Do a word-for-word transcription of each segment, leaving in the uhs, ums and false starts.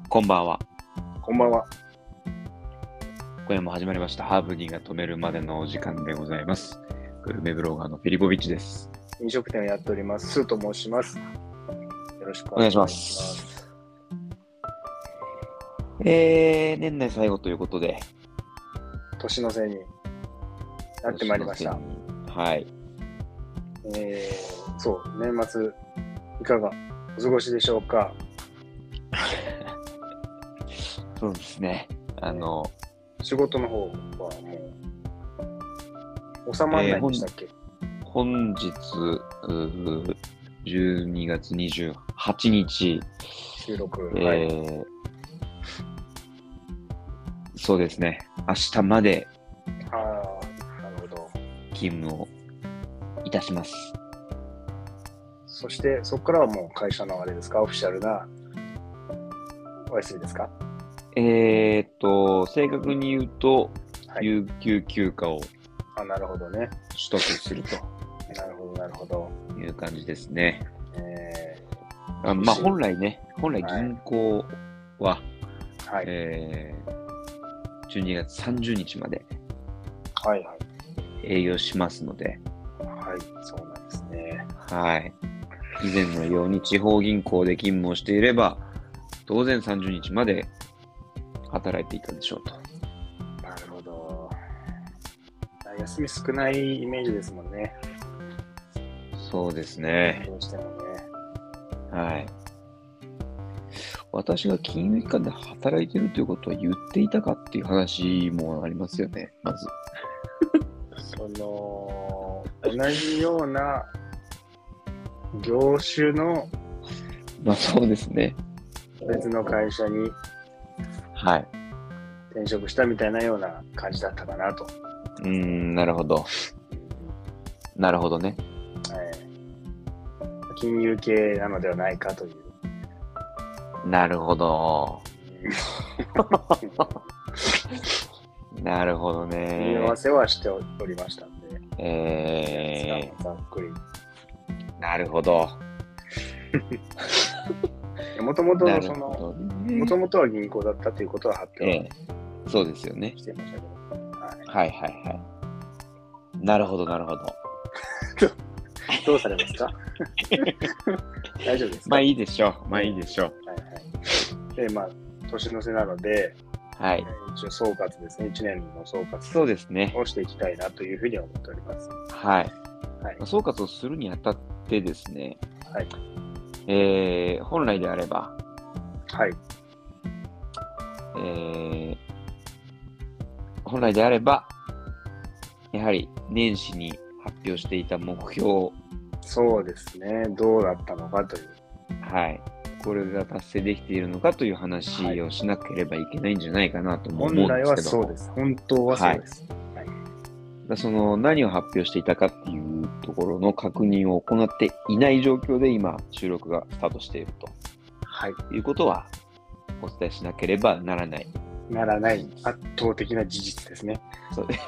こんばんは。 こんばんは。 今夜も始まりました。ハーブニーが止めるまでのお時間でございます。グルメブロガーのフィリポビッチです。 飲食店をやっております、スーと申します。よろしくお願いします。 えー、年内最後ということで。 年のせいになってまいりました。 はい。 えー、そう、年末、いかがお過ごしでしょうか。 そうですね。あの、 仕事の方はもう、収まらないんでしたっけ、 えー、本日、じゅうにがつにじゅうはちにち、 収録、 えーはい、 そうですね。明日まで、 ああ、なるほど。 勤務をいたします。 そして、そこからはもう会社のあれですか、オフィシャルなお休みですか？ えーっと、正確に言うと、 はい、 有給休暇をあ、なるほどね。 取得すると。 なるほど、なるほど。 いう感じですね。 えあまあ、本来ね、本来銀行は、 はい、 えー、じゅうにがつさんじゅうにちまではいはい。 営業しますので、 はい、そうなんですね。 はい。以前のように地方銀行で勤務をしていれば、当然さんじゅうにちまで働いていたでしょうと。 なるほど。休み少ないイメージですもんね。 そうですね。 どうしてもね。 はい。私が金融機関で働いているということは言っていたかっていう話もありますよね、まず。 その、同じような業種のまあそうですね。 別の会社にはい。 転職したみたいなような感じだったかなと。 うーん、なるほど。なるほどね。 はい、金融系なのではないかという。 なるほど。なるほどね。 組み合わせはしておりましたんで。 えー、ざっくり。 なるほど。 もともとその、もともとは銀行だったということは発表そうですよね。 してましたけど。 はい、はい、はいはい。なるほど、なるほど。 どうされますか？大丈夫ですか？ まあいいでしょう。まあいいでしょう。 はいはい。で、まあ、年の瀬なので、 はい。 一応総括ですね。いちねんの総括そうですね。 をしていきたいなというふうに思っております。 はい。 はい、 総括をするにあたってですね、 はい。 えー、本来であれば、 はい。 えー、本来であれば、やはり年始に発表していた目標、 そうですね。どうだったのかという。 はい。これが達成できているのかという話をしなければいけないんじゃないかなと思うんですけども。 本来はそうです。本当はそうです。 はい。はい、その何を発表していたかっていうところの確認を行っていない状況で今収録がスタートしていると、はい、いうことはお伝えしなければならない。 ならない圧倒的な事実ですね。 そうです。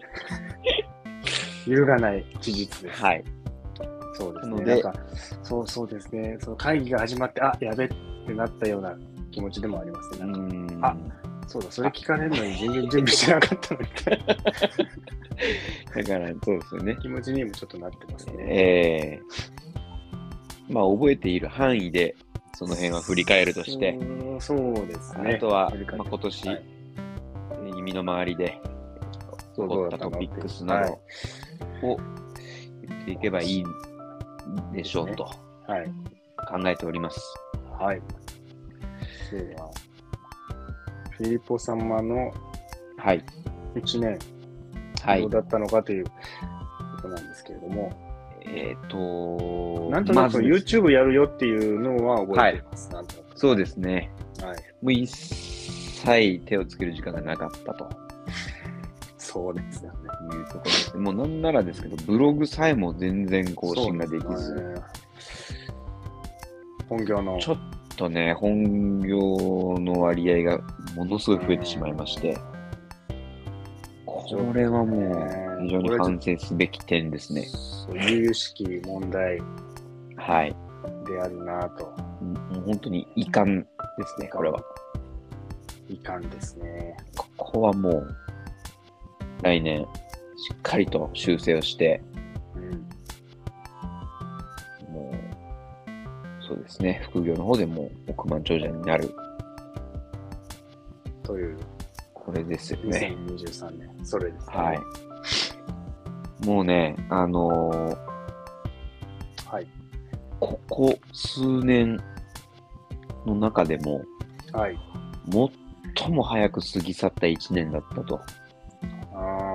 揺るがない事実です。 はい。 そうですね。なんか、そうそうですね。その会議が始まって、あ、やべってなったような気持ちでもありますね。なんかうんあ、そうだ、それ聞かれるのに全然準備してなかったのみたいな。だから、そうですよね。 気持ちにもちょっとなってますね。 えー、まあ、覚えている範囲で、その辺は振り返るとして、 そう、そうですね。 あとは、まあ、今年、はい、身の回りで起こったトピックスなどを言っていけばいいでしょうと考えております。 はい。では、フィリポ様のいちねん、はい、どうだったのかということなんですけれども、 えっと、 なんとなく YouTube やるよっていうのは覚えています。はい、なんとなくそうですね。 はい、 もう一切手をつける時間がなかったと。 そうですよね。 いうところです。もうなんならですけど、ブログさえも全然更新ができず。ね、 本業の。 ちょっとね、本業の割合がものすごい増えてしまいまして、これはもう非常に反省すべき点ですね。 そういう有識問題はい。 であるなと。 もう本当に遺憾ですね、これは。 いかんですね。 ここはもう、来年、しっかりと修正をして、うん、もう、そうですね、副業の方でも億万長者になる。 という、 これですよね。 にせんにじゅうさんねん、それですね。 はい。もうね、あのー、 はい。 ここ数年の中でも、 はい。 最も早く過ぎ去ったいちねんだったと。 あ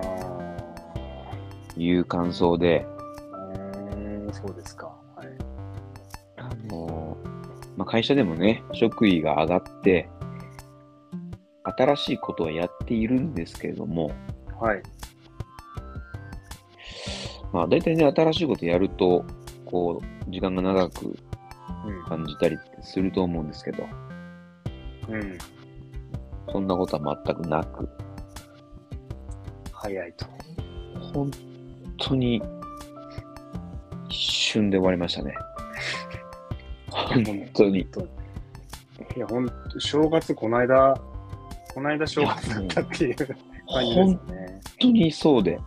いう感想で。 うーん、そうですか。はい。 あのー、まあ、会社でもね、職位が上がって、新しいことはやっているんですけれども、 はい。 まあ、大体ね、新しいことやると、こう、時間が長く感じたりすると思うんですけど、 うん。 そんなことは全くなく、 早いと。 本当に、一瞬で終わりましたね。本当に。 いや、ほんと、正月この間、この間正月だったっていう感じですね。 本当にそうで、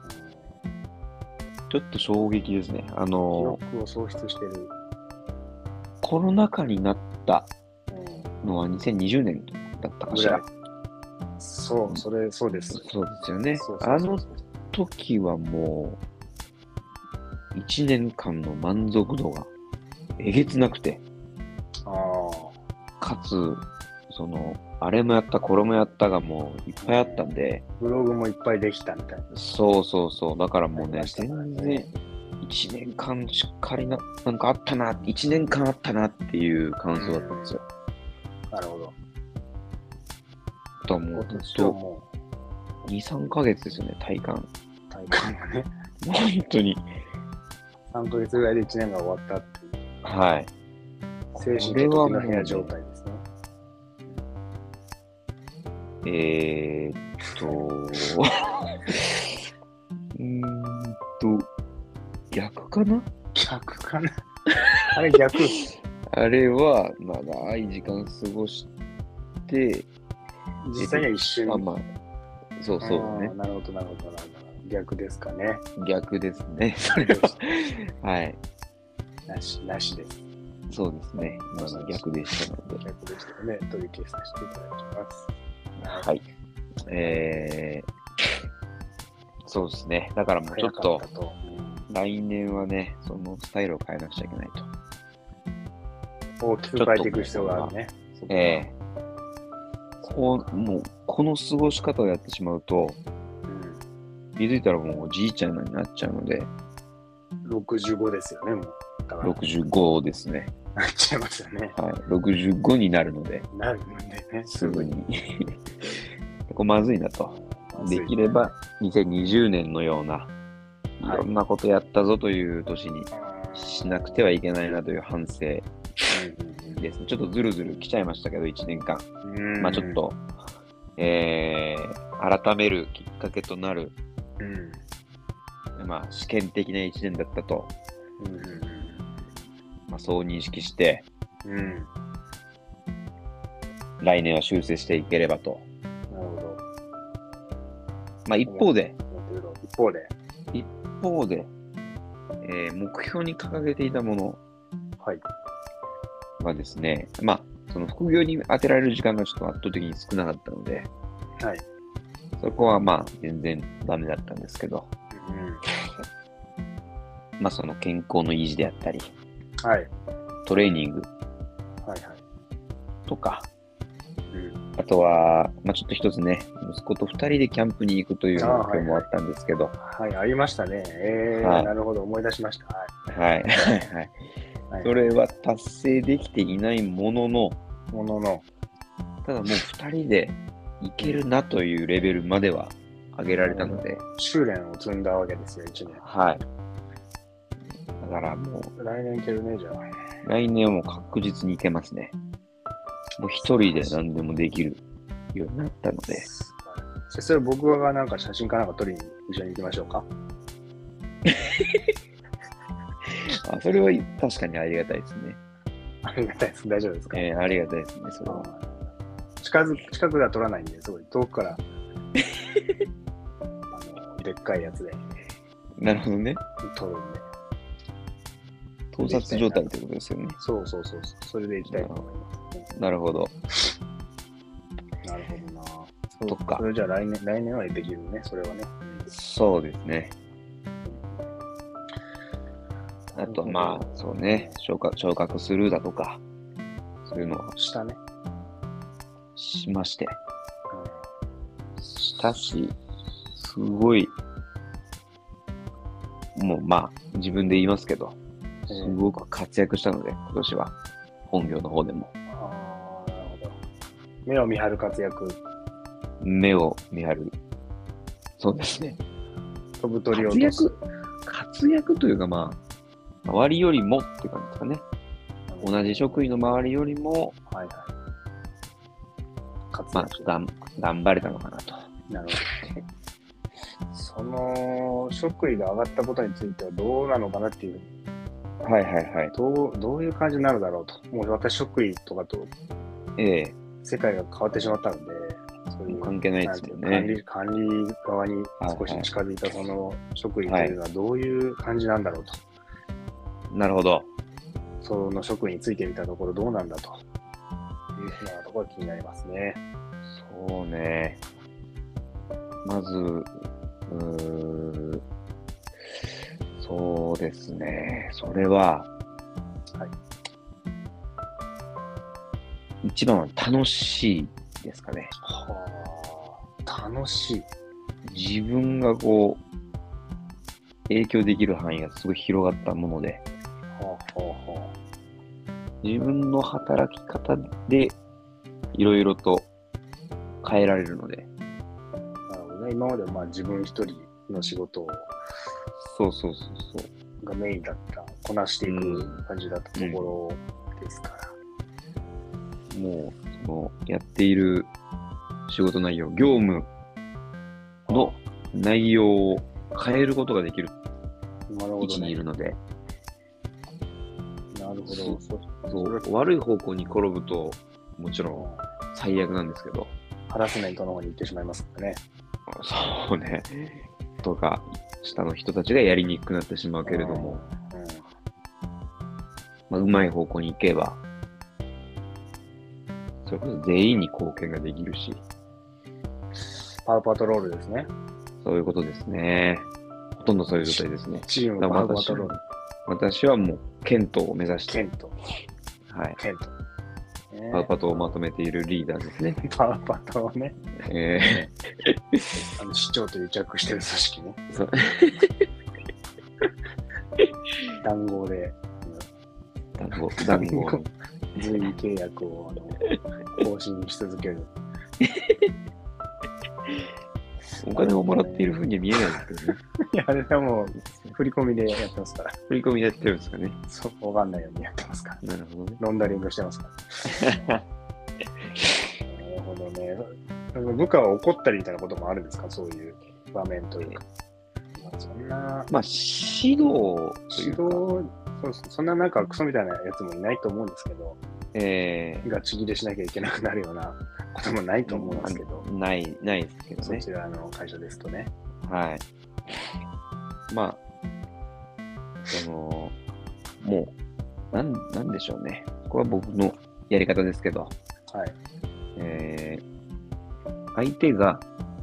ちょっと衝撃ですね。あの、 記憶を喪失してる。 コロナ禍になったのはにせんにじゅうねんだったかしら。 そう、それ、そうです。 そうですよね。あの時はもう、いちねんかんの満足度がえげつなくて、 あかつ、その、あれもやった、これもやったがもういっぱいあったんで、 ブログもいっぱいできたみたいな。 そうそうそう。だからもうね、全然、いちねんかんしっかりな、なんかあったな、いちねんかんあったなっていう感想だったんですよ。 なるほど。 ともう、と、に、さんかげつですよね、体感。 体感がね。 本当に。 さんかげつぐらいでいちねんが終わったっていう。 はい。 精神的な部屋状態ですね。 えーっと、うーんと、逆かな逆かなあれ逆あれは、まあ、長い時間過ごして、 実際には一瞬。 まあまあ、そうそうね。 なるほど、なるほど、なるほど。逆ですかね。 逆ですね。それは。はい。 なし、なしです。 そうですね。今の逆でしたので。 逆でしたね。取り消させていただきます。 はい。えー、そうですね。だからもうちょっと、来年はね、そのスタイルを変えなくちゃいけないと。大きく変えていく必要があるね。 ええー、こう、もう、この過ごし方をやってしまうと、うん、気づいたらもうおじいちゃんになっちゃうので。 ろくじゅうごですよね、もう。 ろくじゅうごですね。 なっちゃいますよね。 はい。ろくじゅうごになるので。 なるのでね。 すぐに。ここまずいなと。できればにせんにじゅうねんのような、いろんなことやったぞという年にしなくてはいけないなという反省ですね。ちょっとずるずる来ちゃいましたけど、いちねんかん。まあちょっと、えー、改めるきっかけとなる、うん、まあ試験的ないちねんだったと。うんまあ、そう認識して、うん、来年は修正していければと。 なるほど。 まあ一方で、 一方で、 一方で、えー、目標に掲げていたものはですね、はい、まあその副業に当てられる時間がちょっと圧倒的に少なかったので、はい、そこはまあ全然ダメだったんですけど、うん、まあその健康の維持であったり、はい、トレーニングとか、はいはいうん、あとは、まあ、ちょっと一つね、息子と二人でキャンプに行くという目標もあったんですけど。 はい、はい、ありましたね。えーはい、なるほど、思い出しました。 はい、はい、はいはい。それは達成できていないものの、 ものの、 ただもう二人で行けるなというレベルまでは上げられたので。 修練を積んだわけですよ、一年。 はい。だからもう、 来年いけるね、じゃあ。 来年はもう確実にいけますね。もう一人で何でもできるようになったので。 それ僕がなんか写真かなんか撮りに一緒に行きましょうか。 あ、それは確かにありがたいですね。 ありがたいです。大丈夫ですか？ えー、ありがたいですね、それは。 近づ近くでは撮らないんで、すごい遠くからあのでっかいやつでなるほどね。 撮るんで。 盗撮状態ってことですよね。 そうそうそうそう。それでいきたいと思いますね。 なるほど。 なるほどな。 そっか。 それじゃあ来年、来年はできるね、それはね。 そうですね。あと、まあ、そうね、昇格、昇格するだとか、そういうのをしたね。 しまして。したし、すごい、もうまあ、自分で言いますけど、すごく活躍したので、今年は、本業の方でも。 ああ、なるほど。目を見張る活躍。 目を見張る。そうですね。 飛ぶ鳥を活躍、活躍というかまあ、周りよりもっていう感じですかね。同じ職員の周りよりも、はいはい。活躍。まあ、がん頑張れたのかなと。 なるほど。その職位が上がったことについてはどうなのかなっていう。 はいはいはい。 どう、どういう感じになるだろうと。もう私職位とかと、 ええ、 世界が変わってしまったので、そういう関係ないですよね。 管理、管理側に少し近づいたその職位というのはどういう感じなんだろうと。 はい、なるほど。 その職位についてみたところどうなんだというふうなところが気になりますね。 そうね。まず、うーそうですね。それは、はい、一番は楽しいですかね。 はあ、楽しい。 自分がこう、影響できる範囲がすごい広がったもので、はあはあはあ、自分の働き方でいろいろと変えられるので。 なるほどね。今までまあ自分一人の仕事をそうそうそうそうがメインだった、こなしていく感じだったところですから。 うんうん、もう、その、やっている仕事内容、業務の内容を変えることができる位置にいるので。 なるほど。 そうそう悪い方向に転ぶと、もちろん最悪なんですけど。 ハラスメントの方に行ってしまいますからね。 そうね。とか、下の人たちがやりにくくなってしまうけれども、うんうん、まあ、うまい方向に行けば、それこそ全員に貢献ができるし。 パウパトロールですね。 そういうことですね。ほとんどそういう状態ですね。 チームパウパトロール。 私はもう、ケントを目指して。 ケント。 はい。 ケント。 パウパトをまとめているリーダーですね。 パウパトをね。 えー、あの市長と癒着してる組織ね。そう。談合で。 談合、談合。 随意契約をあの更新し続ける。 お金をもらっているふうには見えないですけどね。 いや、あれはもう、振り込みでやってますから。 振り込みでやってるんですかね。 そう、わかんないようにやってますから。 なるほどね。 ロンダリングしてますから。なるほどね。部下は怒ったりみたいなこともあるんですか？そういう場面というか。まあ、そんな。まあ、 指導指導そう、そんななんかクソみたいなやつもいないと思うんですけど、 えー、 ガチ切れしなきゃいけなくなるようなこともないと思うんですけど。 ない、ないですけどね。 そちらの会社ですとね。 はい。まあ、その、もう、なん、なんでしょうね。これは僕のやり方ですけど、はい。えー、相手が、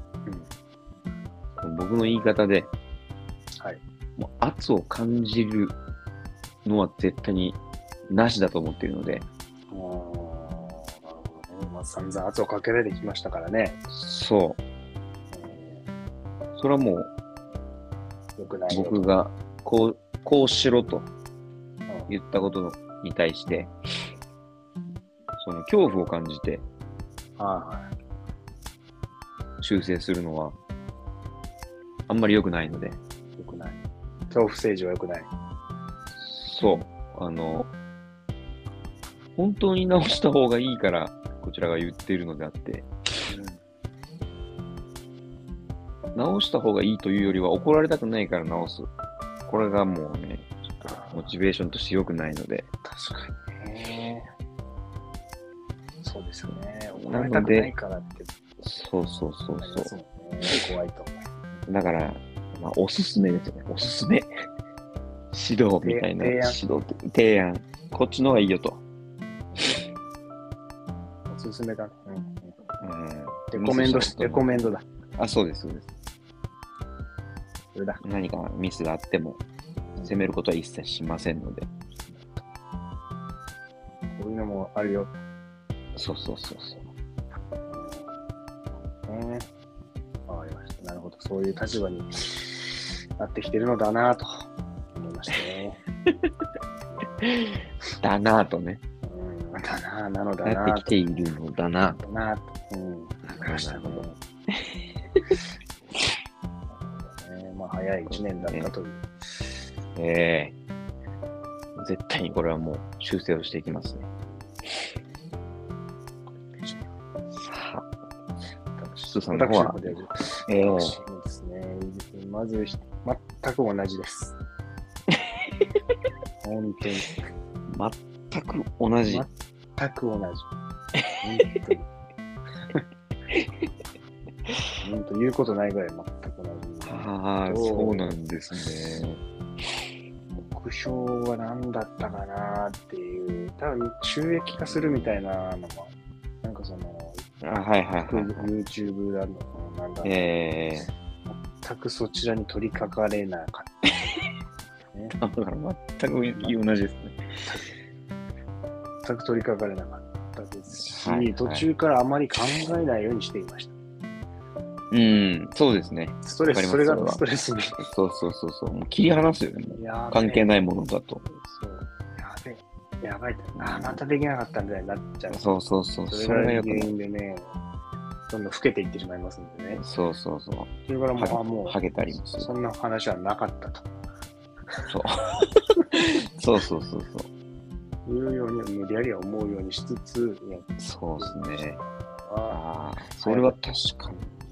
うん、僕の言い方で、はい。もう圧を感じるのは絶対になしだと思っているので、 ああ、なるほどね。まあ、散々圧をかけられてきましたからね。 そう。それはもう、よくない僕がこう、こうしろと言ったことに対して、その恐怖を感じて、修正するのは、あんまり良くないので。 良くない。恐怖政治は良くない。 そう。あの、本当に直した方がいいから、こちらが言っているのであって、うん、直した方がいいというよりは怒られたくないから直す。これがもうね、モチベーションとして良くないので。 確かにね。 ですよね。怒られたくないからって。 そうそうそうそう。 ね、怖いと。 だから、まあ、おすすめですよね。おすすめ。指導みたいな。指導って提案。こっちの方がいいよと。 おすすめだね。うん。うん、レコメンド、レコメンドだ。 あ、そうです、そうです。 それだ。 何かミスがあっても、責めることは一切しませんので。 こういうのもあるよ。 そうそうそうそう。 ね、わかりました。なるほど。そういう立場になってきてるのだなぁと思いましたね。 だなぁとね。 うん、だなぁ、なのだなぁ。 なってきているのだなぁ。 だなぁと。うん。わかりましたね。まあ、早い一年だったという。 ええー、絶対にこれはもう修正をしていきますね。さあ、スーさんの方は、 ええー、そうですね。まず、全く同じです。本当に。 全く同じ。 全く同じ。本当に。本当言うことないぐらい全く同じ。 ああ、そうなんですね。 目標は何だったかなっていう、多分収益化するみたいなのが、なんかその、 あ、はいはいはい、はい。 YouTube だのかな、なんだろう。 えー、 全くそちらに取り掛かれなかった、 ね。だから全く同じですね。 全く取り掛かれなかったですし、はいはい、途中からあまり考えないようにしていました。 うん、そうですね。 ストレス、それがストレスに。 そうそうそうそう。もう切り離すよね。関係ないものだと。 そう。やべえ。やばいって。ああ、またできなかったみたいになっちゃう。 そうそうそう。 それが原因でね、どんどん老けていってしまいますんでね。 そうそうそう。 それからもう、あもう、 ハゲたりもする。 そんな話はなかったと。 そう。そうそうそうそう。 いうように、無理やりは思うようにしつつ、 そうですね。ああ、それは確かに。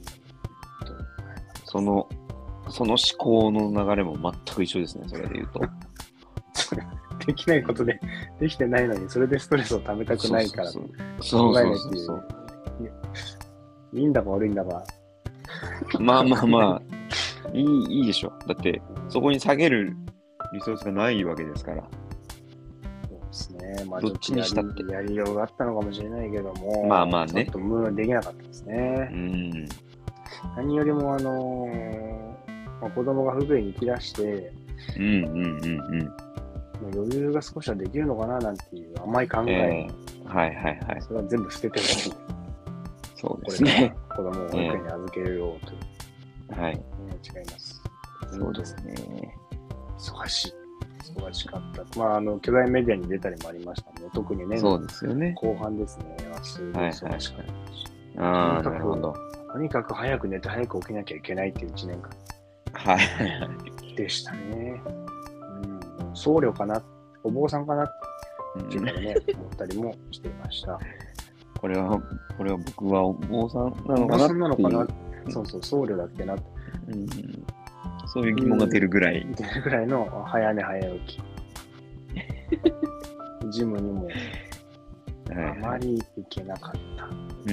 その、その思考の流れも全く一緒ですね、それで言うと。 できないことで、できてないのに、それでストレスをためたくないから、 そうそうそうそう。 いいんだか悪いんだか。 まあまあまあ、いい、いいでしょ。だって、そこに下げるリソースがないわけですから。 そうですね。まあ、 どっちにしたって。 やりようがあったのかもしれないけども、 まあまあね。 ちょっと無できなかったですね。 うん。 何よりも、あのーまあ、子供が不便に来だして、 うんうんうんうん。 余裕が少しはできるのかななんていう甘い考え、 えー、はいはいはい。 それは全部捨ててほしい。 そうですね。 子供を保育園に預けるようという。 えー、はい、 ね。違います。 そうですね。 忙しい。忙しかった。まあ、あの、巨大メディアに出たりもありましたね。特にね、 そうですよね。 後半ですね。すごい忙しかったし。 はいはいはい、ああ、なるほど。 とにかく早く寝て早く起きなきゃいけないっていういちねんかん。 はい。 でしたね。うん、僧侶かな、お坊さんかなっていうのね、うん、思ったりもしていました。 これは、これは僕はお坊さんなのかなっていう。お坊さんなのかな、そうそう、僧侶だっけな、うん、 そういう疑問が出るぐらい。 出るぐらいの早寝早起き。ジムにもあまり行けなかった。 うん。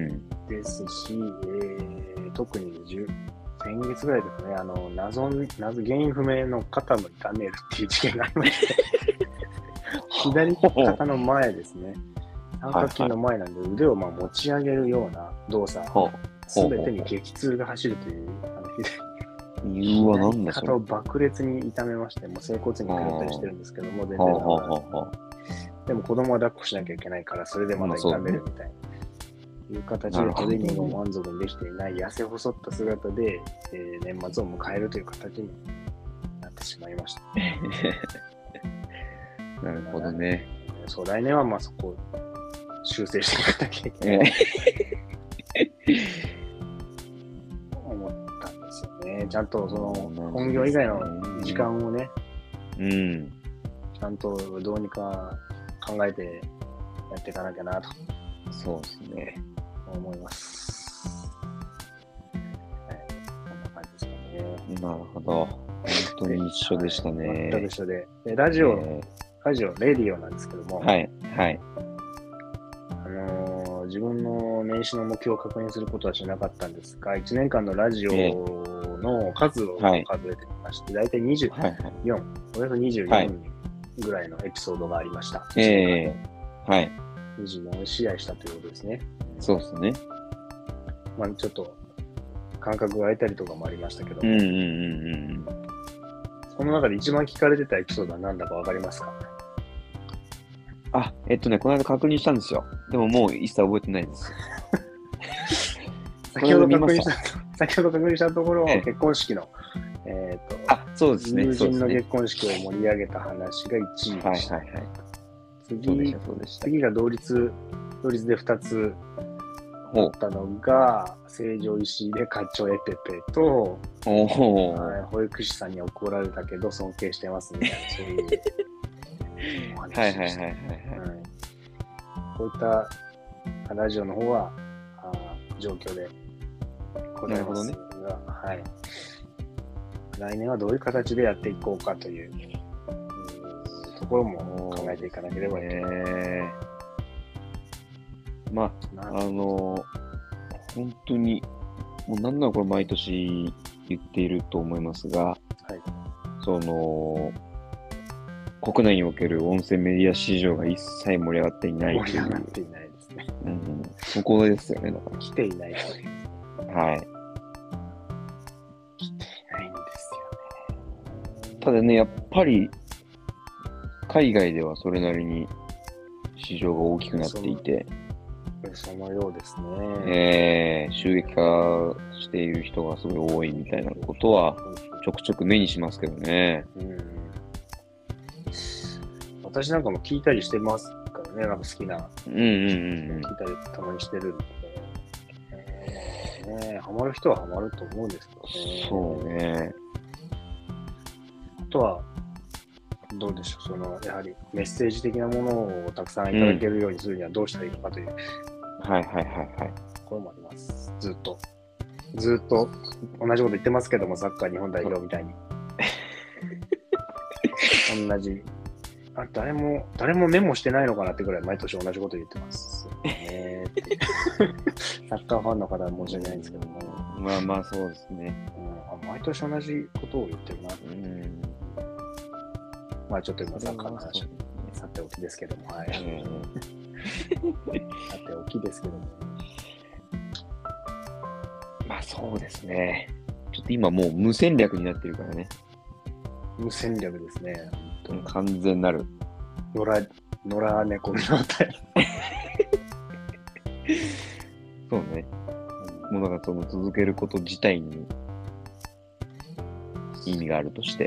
ですし、えー、特に先月ぐらいですね、あの謎、謎、原因不明の肩の痛めるっていう事件がありまして、左肩の前ですね、三角筋の前なんで、腕をまあ持ち上げるような動作、すべてに激痛が走るという、あの左うわ、なんだそれ。 肩を爆裂に痛めまして、もう整骨院に通ったりしてるんですけども、全然治らない。でも子供は抱っこしなきゃいけないから、それでまた痛めるみたいな。いう形でトレーニングを満足にできていない痩せ細った姿で、えー、年末を迎えるという形になってしまいました。 なるほどね。 そう、来年はまあそこを修正していかなきゃいけない。思ったんですよね。ちゃんとその本業以外の時間をね、 うん、 ちゃんとどうにか考えてやっていかなきゃなと。 そうですね。 思います。はい、こんな感じですかね。 なるほど。本当に一緒でしたね。 全く一緒で。でラジオ、えー、ラジオ、レディオなんですけども。 はい、はい。 あのー、 自分の年始の目標を確認することはしなかったんですが、いちねんかんのラジオの数を数えてみまして、だいたいにじゅうよん、はいはい、およそにじゅうよんぐらいのエピソードがありました。 えー、はい。 にじゅうよん試合したということですね。 そうですね。 まあちょっと感覚が空いたりとかもありましたけど、 うんうんうんうん。 その中で一番聞かれてたエピソードは何だかわかりますか？ あ、えっとね、この間確認したんですよ。でももう一切覚えてないです。 先ほど確認した、先ほど確認したところ、ええ、結婚式の、えー、とあ、そうですね。 友人の結婚式を盛り上げた話がいちいでした。 はいはいはい。 次、次が同率、同率でふたつだったのが、成城石井で課長エペペと、 お保育士さんに怒られたけど尊敬してますみたいな、そういうお話でした。はいはいはいはい、はい。こういったラジオの方は、あ状況でございますが、ね、はい。来年はどういう形でやっていこうかという、うん、ところも考えていかなければいけない。えー、まあ、あの、本当に、もう何なのこれ毎年言っていると思いますが、はい、その、国内における音声メディア市場が一切盛り上がっていない盛り上がっていないですね。 うん、そこですよね、だから。 来ていないという。 はい。 来ていないんですよね。ただね、やっぱり、海外ではそれなりに市場が大きくなっていて、 そのようですね。 えー、収益化している人がすごい多いみたいなことは、ちょくちょく目にしますけどね。うん、 私なんかも聞いたりしてますからね、なんか好きな。 うんうんうん、 聞いたりたまにしてるんで。えー、ね、ハマる人はハマると思うんですけどね。 そうね。 あとは、どうでしょう、その、やはりメッセージ的なものをたくさんいただけるようにするにはどうしたらいいのかという。 うん、はいはいはいはい。 これもあります。ずっと。ずっと同じこと言ってますけども、サッカー日本代表みたいに。同じ。あ、誰も、誰もメモしてないのかなってぐらい毎年同じこと言ってます。ね、サッカーファンの方は申し訳ないんですけども。 まあまあそうですね。 うん、あ、毎年同じことを言ってるな。うん、まあちょっと今サッカーの話はさておきですけども、はい。さておきですけども。 まあそうですね。ちょっと今もう無戦略になってるからね。 無戦略ですね。 完全なる。 野良、野良猫の状態。 そうね。もうだからその続けること自体に意味があるとして。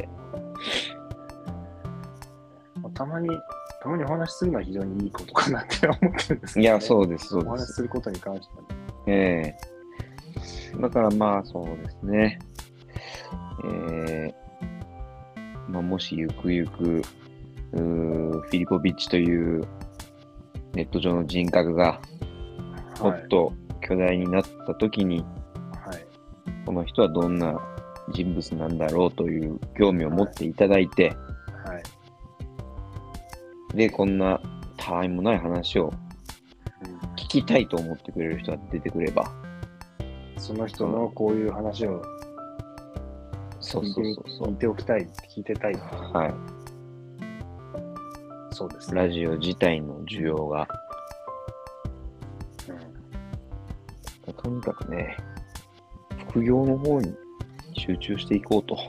たまに、たまにお話しするのは非常にいいことかなって思ってるんですけど、ね。 いや、そうです、そうです。 お話しすることに関しては、ね。 ええー。だからまあそうですね。えー、まあもしゆくゆく、うーフィリポビッチというネット上の人格がもっと巨大になったときに、はい、この人はどんな人物なんだろうという興味を持っていただいて、はいはい、で、こんなたわいもない話を聞きたいと思ってくれる人が出てくれば、 その人のこういう話をそうそうそうそう聞いておきたい、聞いてたい。 はい。 そうですね。 ラジオ自体の需要が、うん、とにかくね、副業の方に集中していこうと。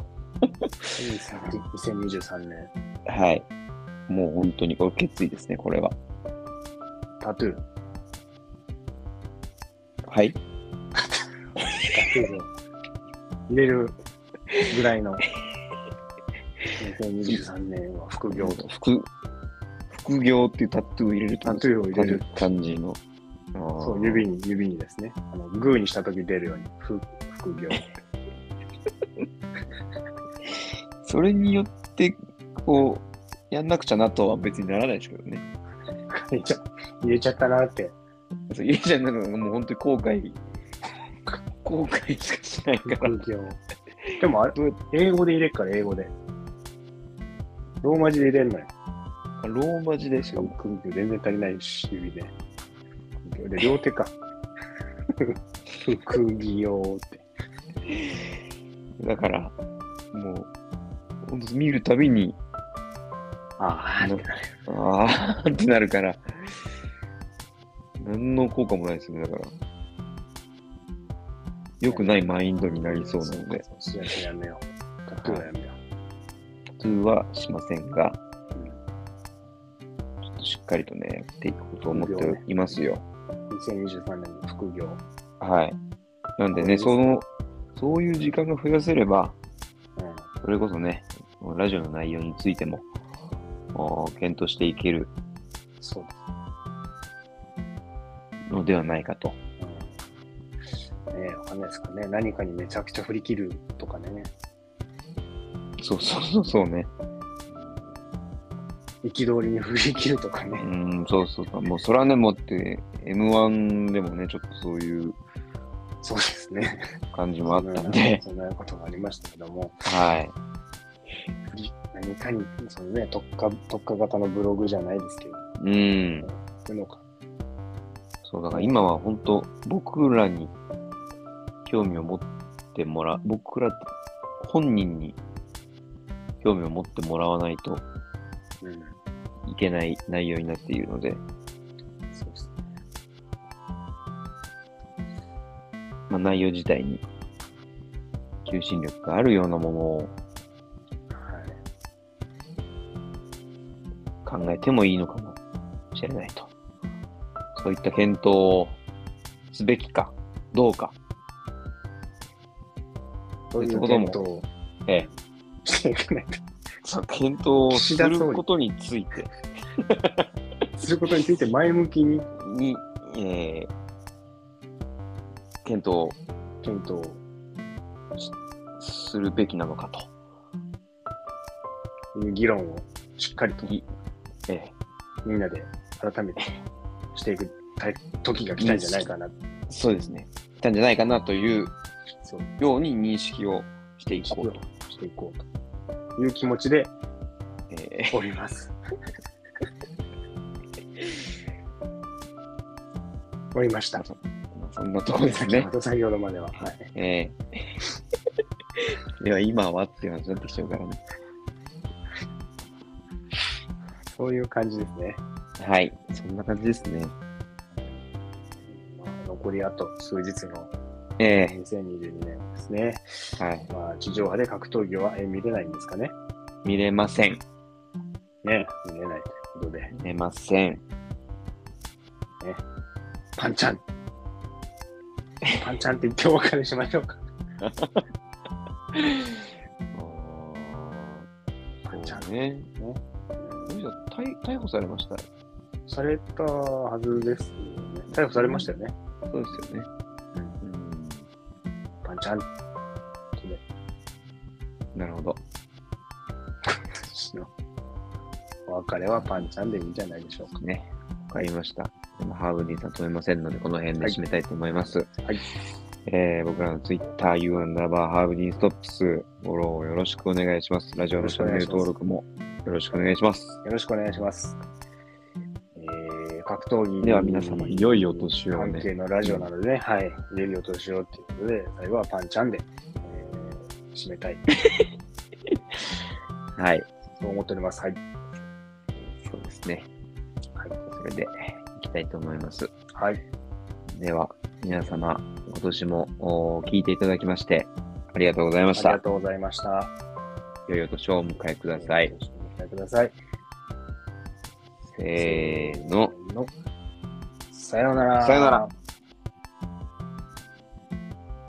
にせんにじゅうさんねん。 はい。もう本当にこれ決意ですね、これは。 タトゥー。 はい。 タトゥーを入れるぐらいのにせんにじゅうさんねんは副業と。 副、副業っていうタトゥーを入れるタトゥーを入れる感じの。 そう、指に、指にですね。あのグーにしたとき出るように、副、副業。 それによって、こう、やんなくちゃなとは別にならないですけどね。 入れちゃ、入れちゃったなって。 そう入れちゃうのがもう本当に後悔、後悔しかしないから。 副業。でもあれ、英語で入れるから、英語で。ローマ字で入れるのよ。 ローマ字でしかも。 空気全然足りないし、指で。 業で両手か。副業って。 だから、もう、ほんと見るたびに、 ああ、ってなる。 ああってなるから、何の効果もないですね、だから。良くないマインドになりそうなので。 そうそうそうやめよう。タトゥーはやめよう。タトゥーはしませんが、うん、ちょっとしっかりとね、やっていこうと思っていますよ。 にせんにじゅうさんねんの副業。 はい。なんでね、その、そういう時間が増やせれば、うん、それこそね、ラジオの内容についても、検討していけるそうのではないかと。 うん、ねえ、わかんないですかね。何かにめちゃくちゃ振り切るとかね。 そうそうそうそうね。 憤りに振り切るとかね。 うん、そうそうそう。もうそらね、もって エムワン でもね、ちょっとそういうそうですね。 感じもあったんで。 そんなことがありましたけども。 はい。 何かに、そのね、特化、特化型のブログじゃないですけど。 うん。 そういうのか。 そう、だから今は本当、僕らに興味を持ってもらう、僕ら本人に興味を持ってもらわないといけない内容になっているので。 そうですね。 まあ内容自体に求心力があるようなものを考えてもいいのかもしれないと。そういった検討をすべきかどうか。 そういう検討をええ、 していかないと。 そう、検討をすることについて。 することについて前向きに。 に、えー、検討検討するべきなのかという議論をしっかりと、 ええ、 みんなで改めてしていく時が来たんじゃないかな。 そうですね。来たんじゃないかなというように認識をしていこうと。 していこうという気持ちで、 えー、 おります。おりました。 そんなところですね。 先ほどまでは。はい、 えー、では今はっていう話になってきちゃうからね。 そういう感じですね。 はい、そんな感じですね。 まあ、残りあと数日のえー、 にせんにじゅうにねんですね。 はい。 まあ、地上波で格闘技は見れないんですかね。 見れません。 ね、見れないということで。 見れません。 ね、パンチャン。パンチャンって言ってお別れしましょうか。パンチャンね。ね逮, 逮捕されました。 されたはずですよね。逮捕されましたよね。 そうですよね。 うん。パンチャン。 なるほど。 お別れはパンチャンでいいんじゃないでしょうか。 ね。わかりました。でもハーブディさん止めませんので、この辺で締めたいと思います。はい。はい、えー、僕らのツイッター、U アンダーバーハーブディストップス、フォローよろしくお願いします。ラジオのチャンネル登録もよろしくお願いします。 よろしくお願いします。えー、格闘技では皆様、いよいよ年をね。 関係のラジオなのでね、はい、いよいよ年をということで、最後はパンチャンで、えー、締めたい。 はい。 そう思っております。はい。 そうですね。はい。それで、いきたいと思います。 はい。 では、皆様、今年も聞いていただきまして、ありがとうございました。 ありがとうございました。 良いお年をお迎えください。 お迎えください。 せーの。 さようなら。 さようなら。